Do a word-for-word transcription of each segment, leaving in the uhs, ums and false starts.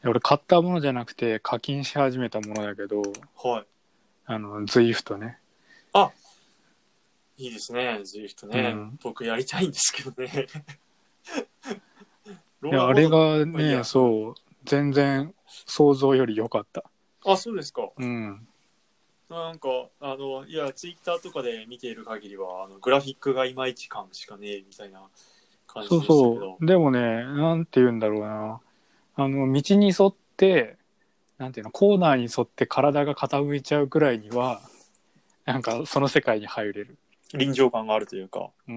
俺買ったものじゃなくて課金し始めたものだけど、 はい。 あの ズイフト ね。 あ、いいですね、ズイフトね、 うん、 僕やりたいんですけどね。ロいやあーラーボード、 れがまあいいや、 ね、 うん。 そう全然想像より良かった。 あ、そうですか。 うん。 なんか、あの、いや、ツイッターとかで見ている限りは、あのグラフィックがいまいち感しかねえみたいな感そうじでしたけど。 そう。でもね、なんて言うんだろうな。あの道に沿って、なんていうの、コーナーに沿って体が傾いちゃうくらいには、なんかその世界に入れる。 臨場感があるというか。 うん。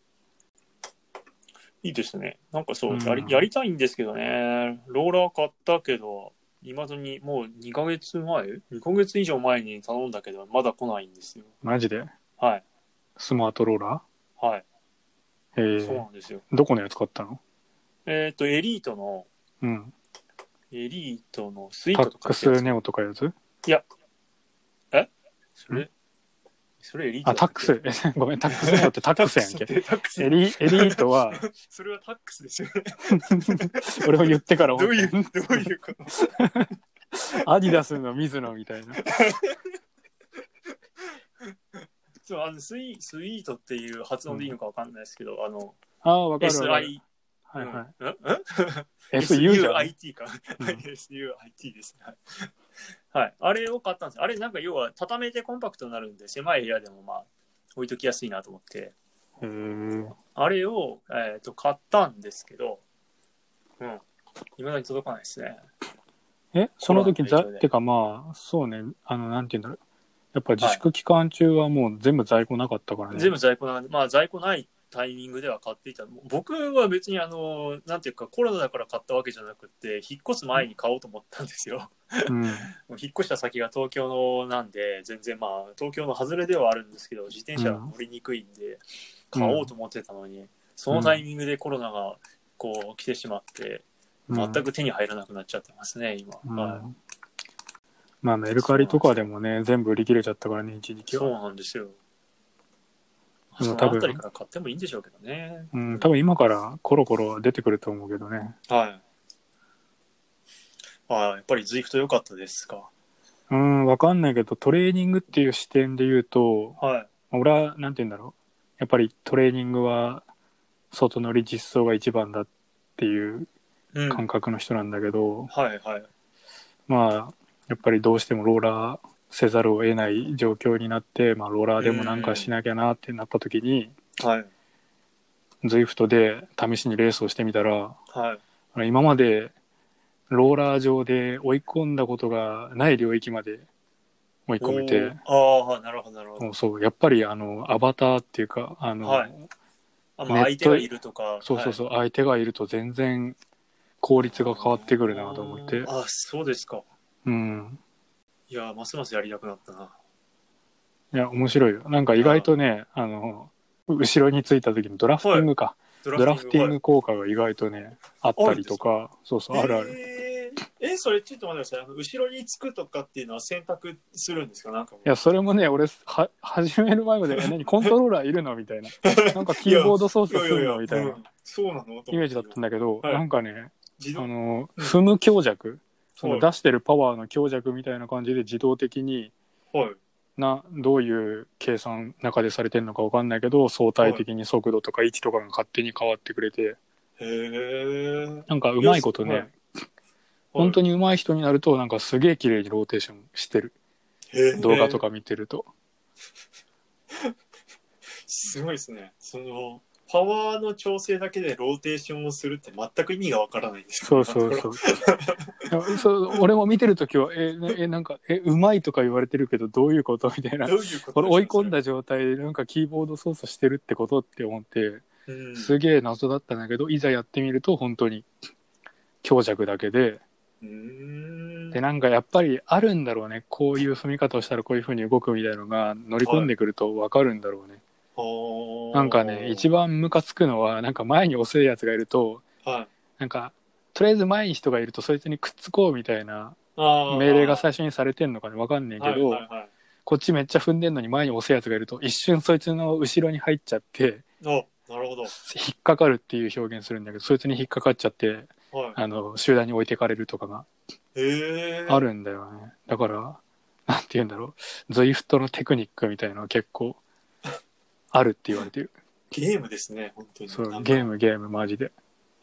いいですね。なんかそう、やり、 うん。 やりたいんですけどね。ローラー買ったけど、いまだにもうにかげつまえ ?に ヶ月以上前に頼んだけど、まだ来ないんですよ。 マジではい。 スマートローラはい。 ー。えそうなんですよ。 ー、どこのやつ買ったの？ えっと、エリートの、 うん。 エリートのスイータットとかってやつ。 クスネオとかやつ？ いや、えそんれ、それエリートあ、 だったっけ？ タックス、え、ごめん、タックスネオってタッタックスやんけ。 クスって、タックス。 エリ、エリートは、 それはタックスですよね。 俺も言ってから思った。 どういう、どういうこと？ アディダスのミズノみたいな。 そう、あのスイ、スイートっていう発音でいいのかわかんないですけど、あの、 ああ、わかるわかる。 エスアイ、うん、 はいはい。 んんエスユー じゃない？ エスユーアイティー か。 うん。 エスユーアイティー ですね。はい。あれを買ったんです。あれなんか要は畳めてコンパクトになるんで、狭い部屋でもまあ置いときやすいなと思って、 へえ。 あれを、えー、と買ったんですけど、うん。未だに届かないですね。 え、そコロナのの時ざ、 影響で。 てかまあ、そうね、あの、なんて言うんだろう。やっぱ自はい。 粛期間中はもう全部在庫なかったからね。 全部在庫なんで、まあ在庫ないタイミングでは買っていた。僕は別にあの、なんていうかコロナだから買ったわけじゃなくて、引っ越す前に買おうと思ったんですよ。 うん。 引っ越した先が東京のなんで、全然まあ東京の外れではあるんですけど、自転車はうん。 乗りにくいんで、買おううん。 と思ってたのに、そのタイうん。 ミングでコロナがこう来てしまって、全うん。 く手に入らなくなっちゃってますね、今。はい。 うん。まあメルカリとかそうなんですよ。 でもね、全部売り切れちゃったからね、一時期そうは。 なんですよ。 でもそのあたり多分、 から買ってもいいんでしょうけどね。 うん、 うん、 多分今からコロコロ出てくると思うけどね。 はい。ああ、やっぱりズイフト良かったですか。 うん、わかんないけど、トレーニングっていう視点で言うと、 は俺は、なんて言うんだろう。やっぱりトレーニングは外乗り実装が一番だっていうい。うん。 感覚の人なんだけど、 はいはい。 まあ、やっぱりどうしてもローラーせざるを得ない状況になって、まあ、ローラーうでもなんかしん。 なきゃなってなった時に、 はい。 ズイフト で試しにレースをしてみたら、 はい。 今までローラー上で追い込んだことがない領域まで追い込めて、 おお、ああ、なるほどなるほど。 そうそう、やっぱりあの、アバターっていうか、あの、 はい。あ、まあネット、 相手がいるとか、はい。 そうそうそう、相手がいると全然効率が変わってくるなと思って、 ああ、そうですか。 うん。 いや、ますますやりたくなったな。 いや、面白いよ。なんか意外いや、 とね、あの、後ろについた時のドラフテはい。 ィングか。 ドラフティング、 ドラフティンはい。 グ効果が意外とね、あったあるんですか？ りとか、そうそう、あるある。 へえ。え、それちょっと待ってください。あの後ろにつくとかっていうのは選択するんですか？なんかもいや、それもね、俺、は、始める前まで、え、何、コントローラーいるのみたいな。なんかいや、 キーボード操作すんいやいやいや、 のみたいなうん。そうなのと思って今。 イメージだったんだけど、 はい。 なんかね、 自動、 あの、 うん。 踏む強弱、そのはい。 出してるパワーの強弱みたいな感じで自動的にはい。 な、どういう計算中でされてるのかわかんないけど、相対はい。 的に速度とか位置とかが勝手に変わってくれて、 へえ。 なんかういや、 まいすはい。 ことね、本は当に上手い人になるとなんかすげえ綺麗にローテーションしてる。 い。へえ。 動画とか見てると。 すごいですね。その、パワーの調整だけでローテーションをするって全く意味がわからないんですけど、 そう今のところ。 そうそう。そう俺も見てるときは、え、え、なんか、え、うまいとか言われてるけど、どういうことみたいな。 どういうことこれですか、それは。 追い込んだ状態でなんかキーボード操作してるってことって思って、 うん。 すげえ謎だったんだけど、いざやってみると本当に強弱だけで、 うーで、 ん。 なんかやっぱりあるんだろうね。こういう踏み方をしたらこういう風に動くみたいなのが乗り込はい。 んでくるとわかるんだろうね。なんかね、一は番ムカつくのは、なんか前に押せるやつがいると、 あ。はい。 なんか、とりあえず前に人がいるとそいつにくっつこうみたいな命令があ最初にされてんのかね、わかんねえあ。はいはけど、 いはい。 こっちめっちゃ踏んでんのに前に押すやつがいると、一瞬そいつの後ろに入っちゃって、 お、なるほど。 引っかかるっていう表現するんだけど、そいつに引っかかっちゃって、 はい。 あの集団に置いてかれるとかがへえ。 あるんだよね。だからなんて言うんだろう、Zwift のテクニックみたいなのは結構あるって言われてる。 ゲームですね、本当に。 そう、 なんか、 ゲームゲームマジで。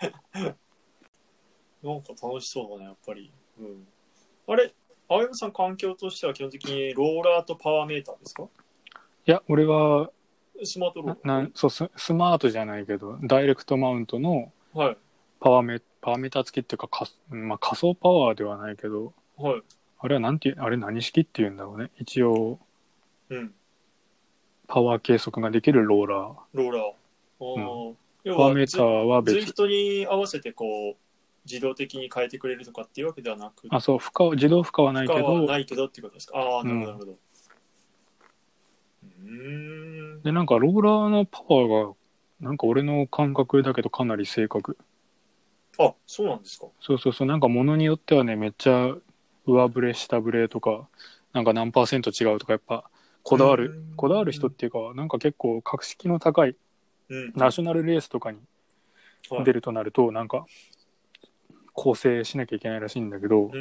なんか楽しそうだね、やっぱり。うん。あれ、青山さん、環境としては基本的にローラーとパワーメーターですか？ いや俺はスマートロなーラー。 なそうススマートじゃないけどダイレクトマウントのはい。 パワーメパワーメーター付きっていうかか、まあ、仮想パワーではないけど、 はい。 あれはなんてあれ何式っていうんだろうね。一応うん。 パワー計測ができるローラー。 ローラー。あうん。 ー要パワーはズ、 メーターは別。 ズイフトに合わせてこう、自動的に変えてくれるとかっていうわけではなく、 あ、そう、負荷、自動負荷はな負荷いけど、 はないけどっていうことですか？ああ、なるほど、なるうん。 ほど。うーん。 で、なんかローラーのパワーが、なんか俺の感覚だけどかなり正確。 あ、そうなんですか。 そうそうそう、なんか物によってはね、めっちゃ上振れ、下振れとか、なんか何パーセント違うとか、やっぱ、こうーだわる、こだわる人っん。 ていうか、なんか結構格式の高いうん、うん。 ナショナルレースとかにはい。 出るとなると、なんか構成しなきゃいけないらしいんだけど、 うん。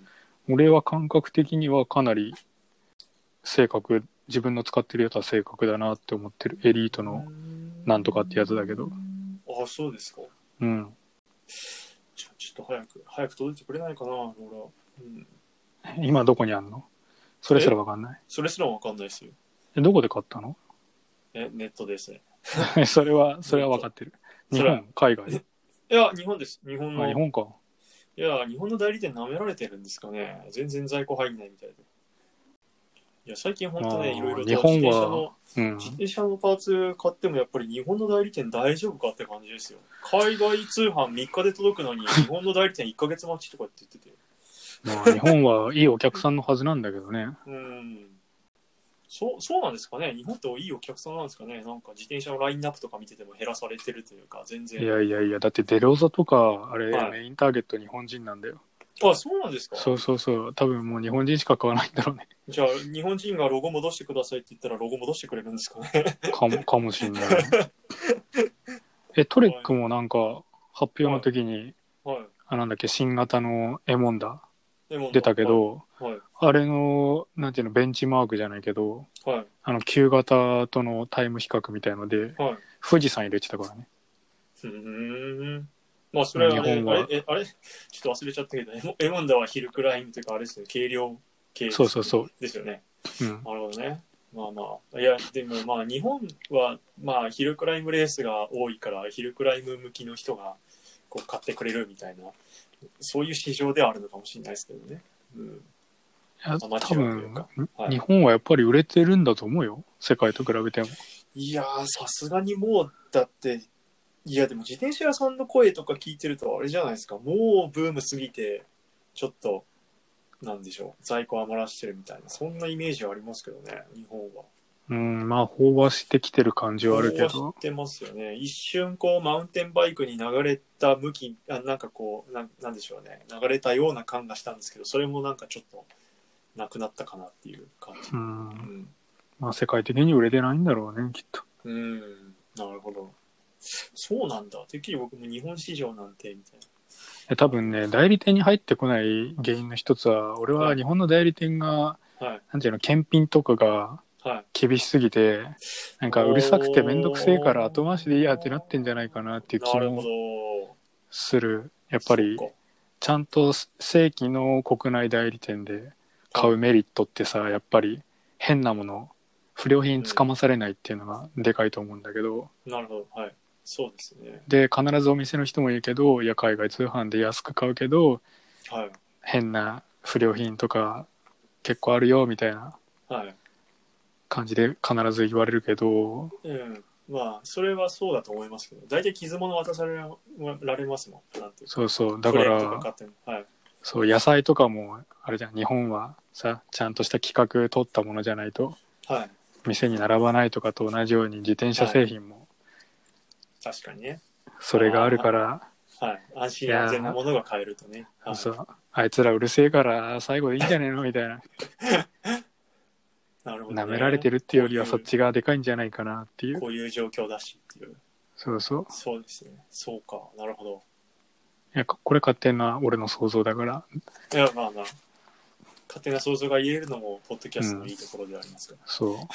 俺は感覚的にはかなり正確、自分の使ってるやつは正確だなって思ってる。エリートうーのなんとかってやつだけど。 ん。あ、そうですか。 うん。 ちょ、ちょっと早く、早く届いてくれないかな、ローラー。うん。 今どこにあんの？それすえ、 らわかんない。 それすらわかんないですよ。 え、どこで買ったの？ え、ネットですね。 それは、それは分かネット。 ってる。日それは、 本、海外。 いや、日本です。日本あ、日の、 本か。 いや、日本の代理店舐められてるんですかね。全然在庫入んないみたいで。いや、最近ほんとね、いろいああ、日ろと自本は、 転車の、 うん。 自転車のパーツ買ってもやっぱり日本の代理店大丈夫かって感じですよ。海外通販みっかで届くのに、日本の代理店いっかげつ待ちとかって言ってて。 まあ、日本はいいお客さんのはずなんだけどね。 うん。そう、そうなんですかね。日本っていいお客さんなんですかね。なんか自転車のラインナップとか見てても減らされてるというか、全い然。 やいやいや、だってデローザとか、あれ、 はい。 メインターゲット日本人なんだよ。 あ、そうなんですか。 そうそうそう。多分もう日本人しか買わないんだろうね。 じゃあ、日本人がロゴ戻してくださいって言ったらロゴ戻してくれるんですかね。 かも、かもしんない。え、トレッはい。 クもなんか、発表のはい。 時に、 はい。 あ、なんだっけ、新型のエモンダレモンだ。 出たけはい。 ど、 はい。 あれの、なんていうの、ベンチマークじゃないけど、 はい。 あの、旧型とのタイム比較みたいので、 はい。 富士山入れてたからね。 うーん。まあ、それ日はあれ、あれ、 本は、 え、あれちょっと忘れちゃったけど、エモエモンダはヒルクライムというか、あれですね、軽量系ですそうそうそですよね。 う。うん。 なるほどね。まあまあ。いや、でもまあ、日本は、まあ、ヒルクライムレースが多いから、ヒルクライム向きの人が、こう、買ってくれるみたいな、そういう市場ではあるのかもしれないですけどね。うん。 いや、 アマチュアという多分、 か。はい。 日本はやっぱり売れてるんだと思うよ。世界と比べても。 いやー、さすがにもう、だって、いや、でも自転車屋さんの声とか聞いてると、あれじゃないですか。もうブーム過ぎて、ちょっと、なんでしょう。在庫余らしてるみたいな、そんなイメージはありますけどね、日本は。 うん、まあ、飽和してきてる感じはある飽和しけど。 てますよね。一瞬、こう、マウンテンバイクに流れた向き、あなんかこうな、なんでしょうね。流れたような感がしたんですけど、それもなんかちょっと、なくなったかなっていう感じ。 うん。 うん。 まあ、世界的に売れてないんだろうね、きっと。 うん。なるほど。そうなんだ。てっきり僕も日本市場なんて、みたいえ多分ね、代理店に入ってこない原因の一つは、俺な。はい。 は日本の代理店が、 はい。 なんていうの、検品とかがはい。 厳しすぎて、なんかうるさくてめんどくせえから後回しでいいやってなってんじゃないかなっていう気なるほもど。 する。やっぱり、 そっか。 ちゃんと正規の国内代理店で買はうメリットってさ、やっぱり変なもの、不良品い。 つかうまされないっていうのがでかいと思うんだけど、 ん。なるほど。はい。そうですね。 で、必ずお店の人も言うけど、いや、海外通販で安く買うけど、 はい。 変な不良品とか結構あるよみたいなはい。 感じで必ず言われるけど、 うん。まあ、それはそうだと思いますけど、大体傷物渡されられますもん。なんていうか。 そうそう、だクレームとかから、 買っても。はい。 そう、野菜とかも、あれじゃん、日本はさ、ちゃんとした規格取ったものじゃないと、 はい。 店に並ばないとかと同じように自転車はい。 製品も、 確かにね。 それがあるあから、 あ、はい。安い心安全なやものが買えるとね。 ー、 はい。 そう、あいつらうるせえから最後でいいんじゃねえのみたいな。 なるほど舐められね。 てるっていうよりはそっこういう、 ちがでかいんじゃないかなっていう。 こういう状況だしっていう。 そうそう。 そうですね。そうか。なるほど。 や、これ勝手な俺の想像だから。 いや、まあまあ、勝手な想像が言えるのも、ポッドキャストのいいところでありますから。 うん、そう。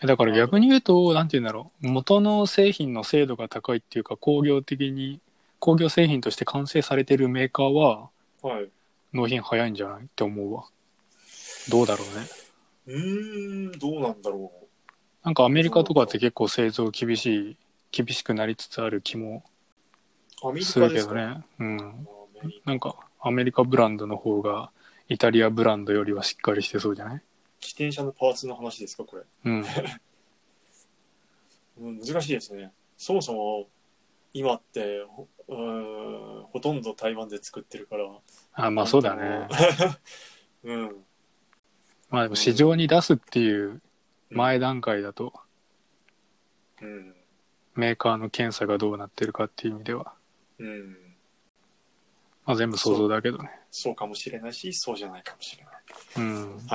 だから逆に言うと、なんて言うんだろう。元の製品の精度が高いっていうか、工業的に、工業製品として完成されてるメーカーは、 はい。 納品早いんじゃないって思うわ。どうだろうね。 うーん、どうなんだろう。 なんかアメリカとかって結構製造厳しい、厳しくなりつつある気もアメリするカですか？ けどね。うアん。 メリカなんかアメリカブランドの方がイタリアブランドよりはしっかりしてそうじゃない？ 自転車のパーツの話ですか、これ。 うん。 うん、難しいですね。そもそも、今って、ほうーん、ほとんど台湾で作ってるから。 あ、まあそうだね。 うん。 まあでも市場に出すっていう前うん。 段階だと、 うん。 メーカーの検査がどうなってるかっていう意味では、 うん。 まあ全部想像だけどね。 そうかもしれないし、そうじゃないかもしれない。 うん。 はい。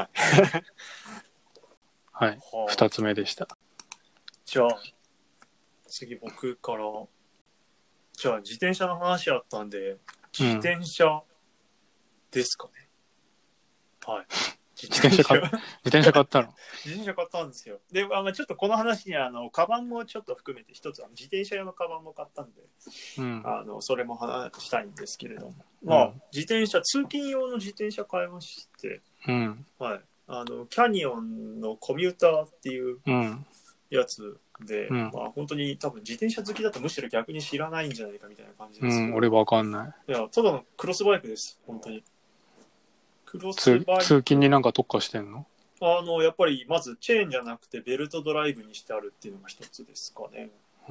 はい。 はあ、 二つ目でした。 じゃあ、次僕から。じゃあ、自転車の話あったんで、自転車ですかね。うん、はい。 自転車買っ自転車買ったの？ 自転車買ったんですよ。で、あのちょっとこの話にあの、カバンもちょっと含めて一つ、自転車用のカバンも買ったんで、 うん、 あの、それも話したいんですけれども。まあ、うん、自転車、通勤用の自転車買いまして、 うん、 はい。あの、キャニオンのコミューターっていうやつで、うん、まあ本当に多分自転車好きだとむしろ逆に知らないんじゃないかみたいな感じですけど。 うん、俺わかんない。 いや、ただのクロスバイクです、本当に。クロスバイク。 通勤になんか特化してんの？ あの、やっぱりまずチェーンじゃなくてベルトドライブにしてあるっていうのが一つですかね。 うん。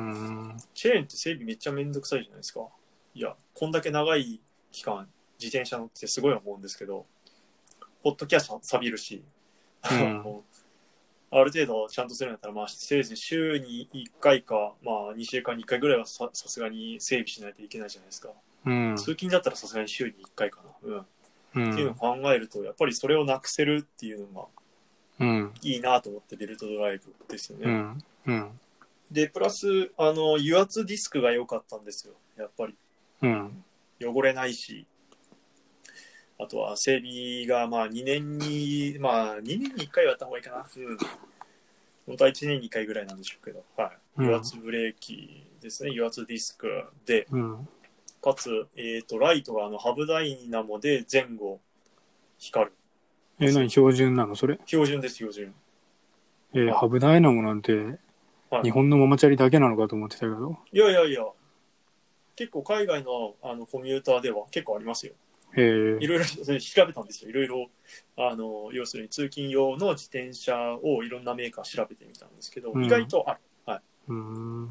チェーンって整備めっちゃめんどくさいじゃないですか。いや、こんだけ長い期間自転車乗ってすごい思うんですけど、ほっときゃ錆びるし、うん、ある程度ちゃんとするんだったら、まあ、せいぜい週にいっかいか、まあ、にしゅうかんにいっかいぐらいはさすがに整備しないといけないじゃないですか。うん、通勤だったらさすがに週にいっかいかな。うん。っていうのを考えると、やっぱりそれをなくせるっていうのが、うん、いいなと思ってベルトドライブですよね。うんうん、でプラスあの油圧ディスクが良かったんですよ、やっぱり。うん、汚れないし、あとは整備がまあにねんにまあにねんにいっかいはやった方がいいかな。うん。本当はいちねんにいっかいぐらいなんでしょうけど、はい。油圧ブレーキですね、油圧ディスクで、うん、かつえっ、ー、とライトがあのハブダイナモで前後光る。 え、何標準なのそれ？ 標準です、標準。 えー、ハブダイナモなんて、はい、日本のママチャリだけなのかと思ってたけど。 いやいやいや、結構海外のあのコミューターでは結構ありますよ。へえ。いろいろ調べたんですよ。いろいろ、あの、要するに通勤用の自転車をいろんなメーカー調べてみたんですけど、うん、意外とある。はい。うん、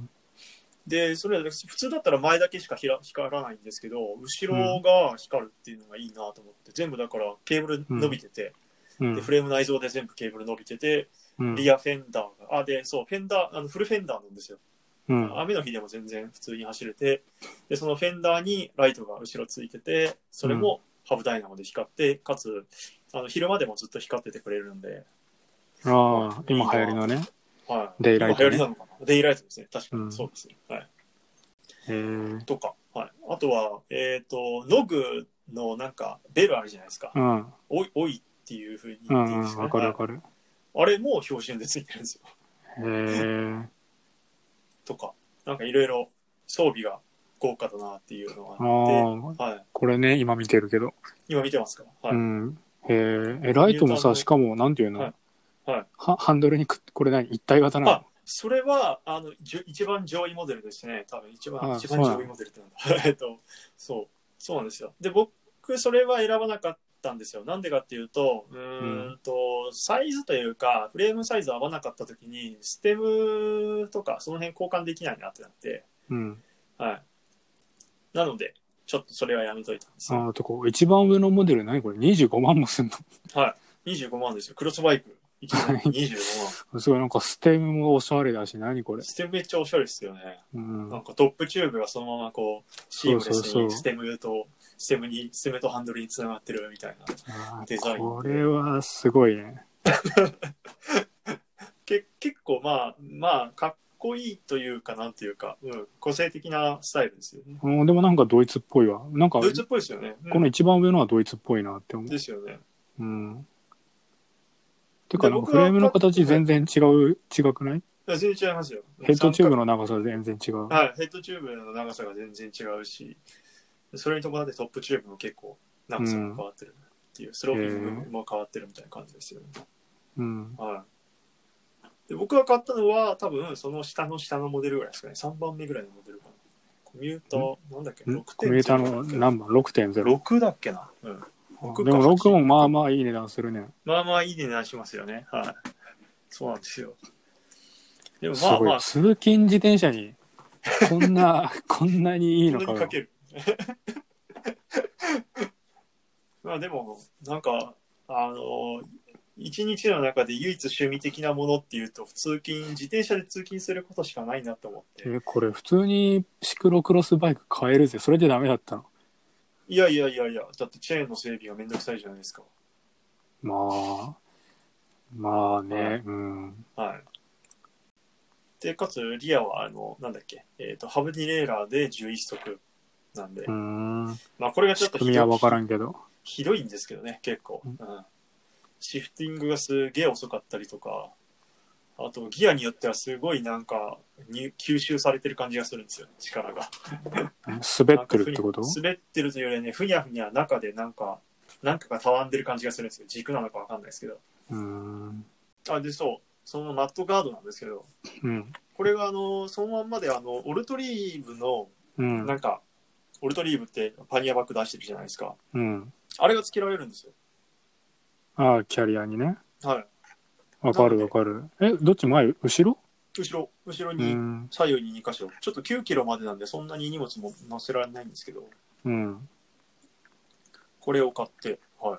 で、それは普通だったら前だけしか光らないんですけど、後ろが光るっていうのがいいなと思って、全部だからケーブル伸びてて、うん、でフレーム内蔵で全部ケーブル伸びてて、うん、リアフェンダーが、あ、で、そう、フェンダー、あのフルフェンダーなんですよ。うん、雨の日でも全然普通に走れて、で、そのフェンダーにライトが後ろついてて、それもハブダイナモで光って、かつ、あの昼間でもずっと光っててくれるんで。 ああ、まあ、今流行りのね。 はい。 デイライト、ね。 今流行りなのかな。デイライトですね。確かに、そうですね。うん、はい。へえ。とか、はい。あとは、えっ、ー、と、ノグのなんか、ベルあるじゃないですか。うん。おい、おいっていう風に言っていいんですかね。わ、うん、かるわかる、はい。あれも標準でついてるんですよ。へえ。とか、なんかいろいろ装備が豪華だなっていうのがあって、はい、 これね、今見てるけど。 今見てますか？はい。うん、 へえ、ライトもさ、しかも、なんていうの、はいはい、はハンドルにく、これ何一体型なの？あ、 それは、あの、じゅ一番上位モデルですね。多分一番、ああ一番上位モデルってなんだ。えっと、そう、そうなんですよ。で、僕、それは選ばなかったんですよ。なんでかっていうと、うーんと、うん、サイズというか、フレームサイズ合わなかった時に、ステムとか、その辺交換できないなってなって、うん、はい。なので、ちょっとそれはやめといたんですよ。 ああ、とこ、一番上のモデル何これ ?にじゅうごまんもすんの？ はい。にじゅうごまんですよ。クロスバイク。いちまんにじゅうごまん。 すごい、なんかステムもおしゃれだし、何これ。 ステムめっちゃおしゃれですよね。うん、なんかトップチューブがそのままこう、シームレスにステムと、ステムに、ステムとハンドルにつながってるみたいなデザイン。 これはすごいね。 け結構まあ、まあ、かっこいいというか、なんていうか、うん、個性的なスタイルですよね。 うん、でもなんかドイツっぽいわ。なんか、 ドイツっぽいですよね。うん、 この一番上のはドイツっぽいなって思う。 ですよね。 うん。てか、 で、 なんか僕はフレームの形はい全然違う、違くない？ 全然違いますよ。 ヘッドチューブの、 の長さ全然違う。 はい、ヘッドチューブの長さが全然違うし、それに伴ってトップチューブも結構長さが変わってるっていう、うん、スローピングも変わってるみたいな感じですよね。 うん。 はい。で、僕が買ったのは多分その下の下のモデルぐらいですかね。さんばんめぐらいのモデルかな。コミューター、なんだっけ ?ろくてんゼロ。 コミューターの何番 ?ろくてんゼロ。 ろくだっけな。うん。 でもろくもまあまあいい値段するね。 まあまあいい値段しますよね。はい。そうなんですよ。でもまあまあ。 すごい。通勤自転車に、こんな、こんなにいいのかよ。 こんなにかける。まあでも、なんか、あの、一日の中で唯一趣味的なものっていうと、通勤、自転車で通勤することしかないなと思って。 え、これ普通にシクロクロスバイク買えるぜ。それでダメだったの？ いやいやいやいや、だってチェーンの整備がめんどくさいじゃないですか。 まあ、まあね、 はい、 うん。 はい。で、かつ、リアは、あの、なんだっけ、えっ、ー、と、ハブディレーラーでじゅういっそくなんで、 うん。 まあこれがちょっと仕組みは分からんけど。 ひどいんですけどね、結構。うん、シフティングがすげえ遅かったりとか、あとギアによってはすごいなんかに吸収されてる感じがするんですよ、力が。 滑ってるってこと？ 滑ってるというよりね、ふにゃふにゃ中でなんか、なんかがたわんでる感じがするんですよ。軸なのかわかんないですけど。 うーん。 あ、で、そう。そのマットガードなんですけど、 うん。 これがあの、そのまんまであの、オルトリーブの、なんか、うん、オルトリーブってパニアバッグ出してるじゃないですか。 うん。 あれが付けられるんですよ。 ああ、キャリアにね。 はい。 わかるわかる。え、どっち前後ろ後ろ、後ろに、左右にに箇所。ちょっときゅうキロまでなんで、そんなに荷物も乗せられないんですけど。 うん。 これを買って、はい。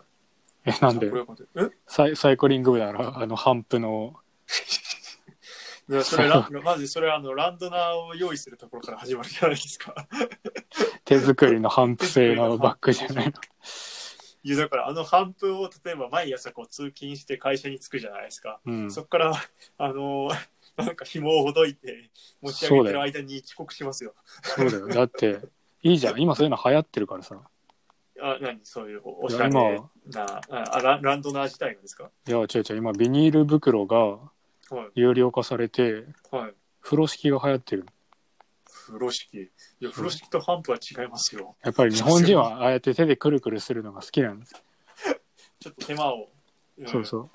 え、なんでえサイサイクリング部なら、あの、ハンプの。 いやそれラまずそれはあのランドナーを用意するところから始まるじゃないですか。 手作りのハンプ製のバッグじゃないの。 いやだからあのハンプを例えば毎朝こう通勤して会社に着くじゃないですか。うん、そこからあのー、なんか紐をほどいて持ち上げてる間に遅刻しますよ。 そうだよ。だっていいじゃん。今そういうの流行ってるからさ。 あ、何そういうおしゃれなあラランドナー自体がですか？ いや違う違う。今ビニール袋が有料化されて、はい、風呂敷が流行ってる。 風呂敷。いや風呂敷とハンプは違いますよ。 やっぱり日本人はああやって手でくるくるするのが好きなんです。 ちょっと手間を。 そうそう。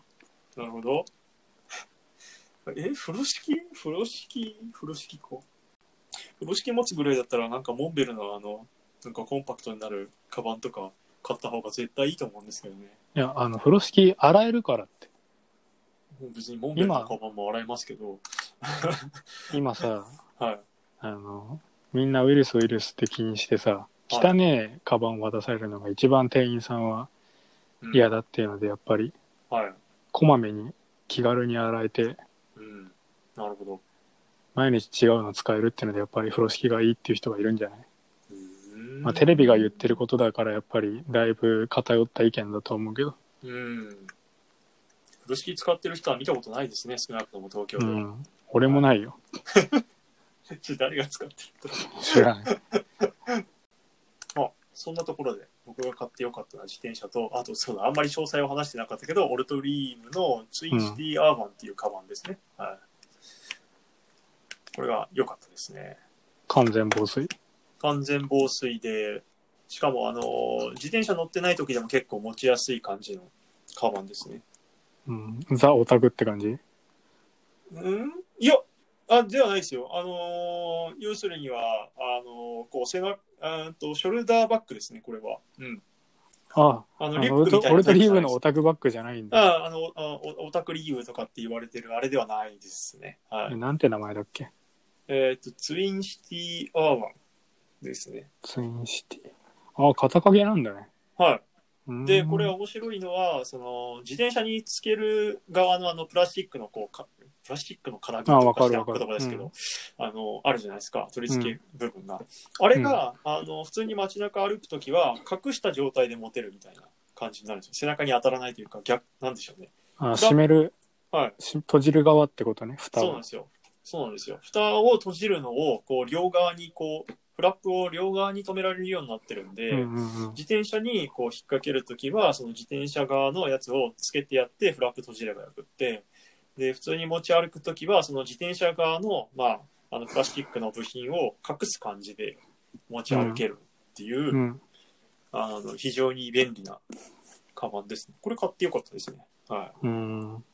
なるほど。え、風呂敷風呂敷風呂敷こう。風呂敷持つぐらいだったらなんかモンベルのあの、なんかコンパクトになるカバンとか買った方が絶対いいと思うんですけどね。 いや、あの、風呂敷洗えるからって。 別にモンベルのカバンも洗えますけど。 今さ、 はい。 あの、みんなウイルスウイルスって気にしてさ、汚ねえカバンを渡されるのが一番店員さんは嫌だっていうので、やっぱり、はい。こまめに気軽に洗えて、 うん。なるほど。 毎日違うの使えるっていうので、やっぱり風呂敷がいいっていう人がいるんじゃない？まあ、テレビが言ってることだからやっぱりだいぶ偏った意見だと思うけど。 うん。風呂敷使ってる人は見たことないですね、少なくとも東京では。うん、 俺もないよ。 誰が使ってるの知らない。 あ、そんなところで僕が買ってよかったな自転車と、あとそうだ、あんまり詳細を話してなかったけど、オルトリームのツインシティアーバンっていうカバンですね。うん、はい。これが良かったですね。 完全防水。 完全防水で、しかもあの自転車乗ってない時でも結構持ちやすい感じのカバンですね。 うん、ザオタクって感じ？ うんいやあではないですよ。あのー、要するにはあのー、こう背中あとショルダーバッグですねこれは。うん。 ああ、あのリュックみたいな。オルトリーブのオタクバッグじゃないんだ。 ああ、あのあオタクリーブとかって言われてるあれではないですね。はい。 なんて名前だっけ？ えっ、ー、とツインシティアーバンですね。 ツインシティ。ああ、肩掛けなんだね。 はい。で、これ面白いのは、その、自転車につける側のあの、プラスチックのこう、かプラスチックの金具とかした言葉ですけど、あ, あの、あるじゃないですか、取り付け部分が。うん、あれが、うん、あの、普通に街中歩くときは、隠した状態で持てるみたいな感じになるんですよ。背中に当たらないというか、逆、なんでしょうね。 あ、閉める。 はい。 閉じる側ってことね、蓋は。 そうなんですよ。 そうなんですよ。蓋を閉じるのを、こう、両側にこう、フラップを両側に止められるようになってるんで、 うんうんうん、 自転車にこう引っ掛けるときは、その自転車側のやつをつけてやって、フラップ閉じればよくって、で、普通に持ち歩くときは、その自転車側の、まあ、あの、プラスチックの部品を隠す感じで持ち歩けるっていう、 うん、 あの、非常に便利なカバンですね。これ買ってよかったですね。はい。 うん。